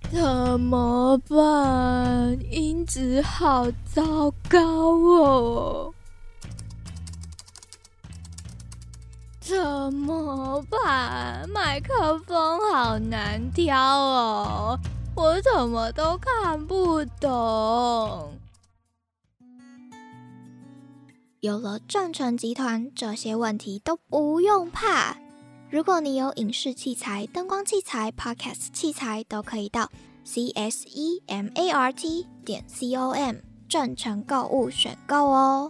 怎么办？音质好糟糕哦！怎么办？麦克风好难挑哦，我怎么都看不懂。有了正成集团，这些问题都不用怕。如果你有影视器材、灯光器材、Podcast 器材，都可以到 CSEMART.com 正成购物选购哦。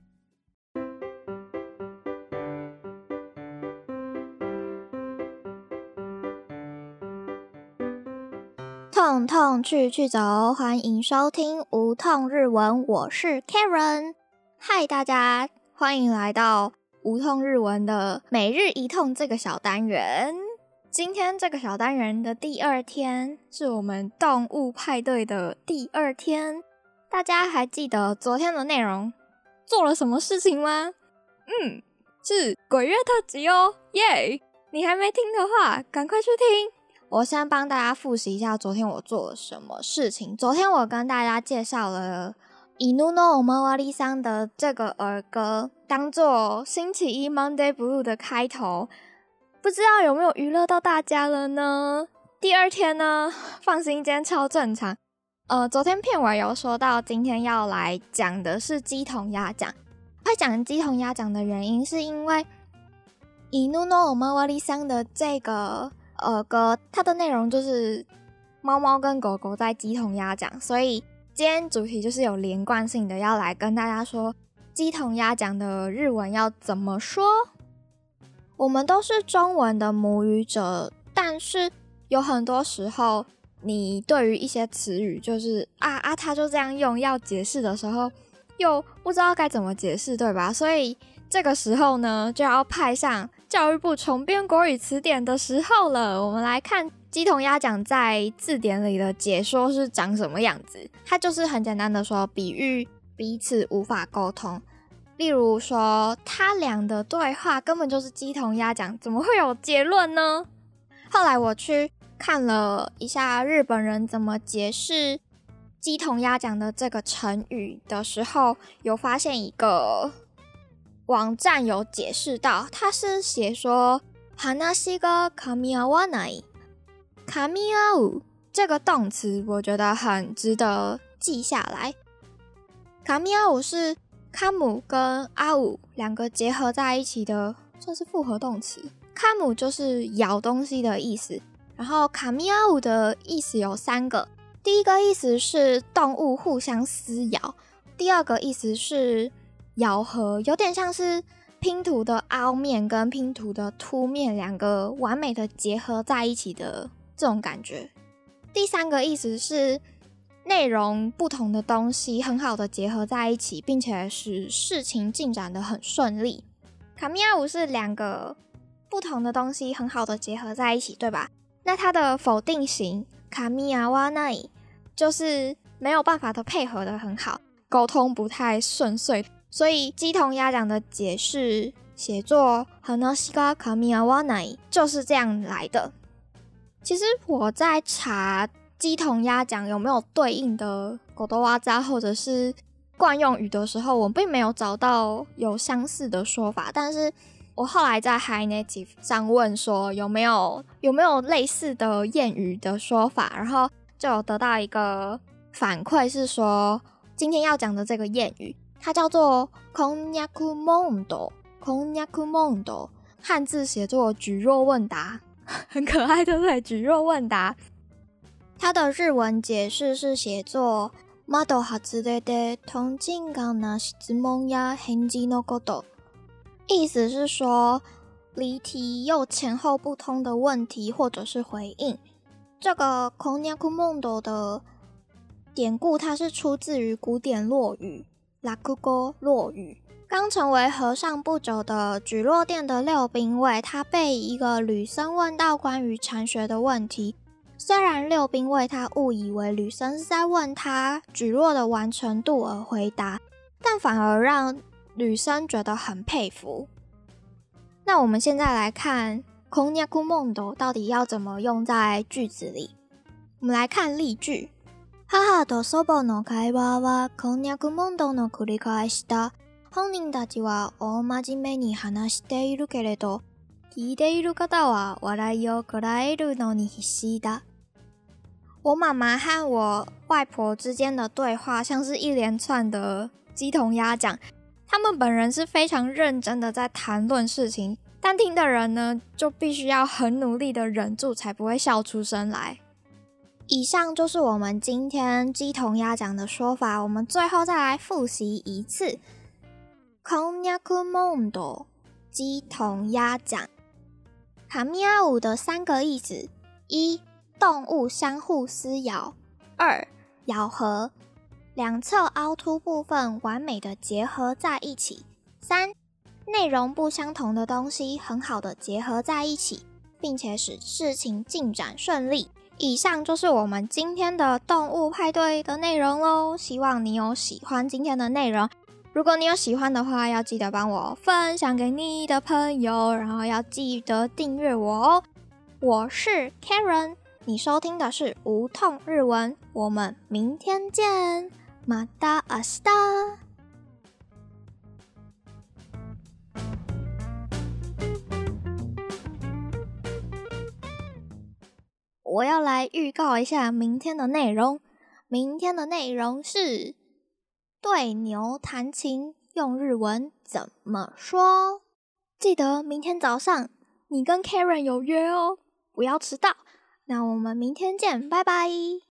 痛痛去走，欢迎收听无痛日文，我是 Karen。嗨，大家，欢迎来到无痛日文的每日一痛这个小单元。今天这个小单元的第二天是我们动物派对的第二天，大家还记得昨天的内容做了什么事情吗？是鬼月特辑哦，耶！你还没听的话，赶快去听。我先帮大家复习一下昨天我做了什么事情。昨天我跟大家介绍了犬のおまわりさん的这个儿歌，当做星期一 Monday Blue 的开头，不知道有没有娱乐到大家了呢？第二天呢，放心，今天超正常。昨天片尾有说到，今天要来讲的是鸡同鸭讲。会讲鸡同鸭讲的原因，是因为犬のおまわりさん的这个儿歌，它的内容就是猫猫跟狗狗在鸡同鸭讲，所以今天主题就是有连贯性的，要来跟大家说鸡同鸭讲的日文要怎么说。我们都是中文的母语者，但是有很多时候你对于一些词语就是它就这样用，要解释的时候又不知道该怎么解释，对吧？所以这个时候呢，就要派上教育部重编国语词典的时候了。我们来看鸡同鸭讲在字典里的解说是长什么样子。它就是很简单的说，比喻彼此无法沟通。例如说，他俩的对话根本就是鸡同鸭讲，怎么会有结论呢？后来我去看了一下日本人怎么解释鸡同鸭讲的这个成语的时候，有发现一个网站有解释到，它是写说話が噛み合わない。噛み合う这个动词，我觉得很值得记下来。噛み合う是噛む跟合う两个结合在一起的，算是复合动词。噛む就是咬东西的意思，然后噛み合う的意思有三个。第一个意思是动物互相撕咬，第二个意思是咬合，有点像是拼图的凹面跟拼图的凸面两个完美的结合在一起的这种感觉。第三个意思是内容不同的东西很好的结合在一起，并且使事情进展得很顺利。噛み合う是两个不同的东西很好的结合在一起，对吧？那它的否定型噛み合わない就是没有办法的配合的很好，沟通不太顺遂，所以鸡同鸭讲的解释写作話が噛み合わない就是这样来的。其实我在查鸡同鸭讲有没有对应的狗头哇扎或者是惯用语的时候，我并没有找到有相似的说法，但是我后来在 HiNative 上问说有没有类似的谚语的说法，然后就有得到一个反馈是说，今天要讲的这个谚语它叫做こんにゃく問答，こんにゃく問答，汉字写作举若问答，很可愛对不对？举若问答，它的日文解释是写作窓外れでとんちんかな質問や返事のこと，意思是说离题又前后不通的问题或者是回应。这个こんにゃく問答的典故，它是出自于古典落语落語落语。刚成为和尚不久的蒟蒻店的六兵卫，他被一个旅僧问到关于禅学的问题。虽然六兵卫他误以为旅僧是在问他蒟蒻的完成度而回答，但反而让旅僧觉得很佩服。那我们现在来看こんにゃく問答到底要怎么用在句子里。 我们来看例句。母と祖母の会話はこんにゃく問答の繰り返しだ。本人たちは大真面目に話しているけれど、聞いている方は笑いをこらえるのに必死だ。我妈妈和我外婆之间的对话像是一连串的鸡同鸭讲，他们本人是非常认真的在谈论事情，但听的人呢就必须要很努力的忍住才不会笑出声来。以上就是我们今天鸡同鸭讲的说法，我们最后再来复习一次。こんにゃく問答，鸡同鸭讲。卡米亚舞的3个意思：一、动物相互撕咬；二、咬合，两侧凹凸部分完美的结合在一起；三、内容不相同的东西很好的结合在一起，并且使事情进展顺利。以上就是我们今天的动物派对的内容咯，希望你有喜欢今天的内容。如果你有喜欢的话，要记得帮我分享给你的朋友，然后要记得订阅我哦。我是 Karen， 你收听的是无痛日文，我们明天见，また明日。我要来预告一下明天的内容。明天的内容是对牛弹琴用日文怎么说？记得明天早上你跟 Karen 有约哦，不要迟到。那我们明天见，拜拜。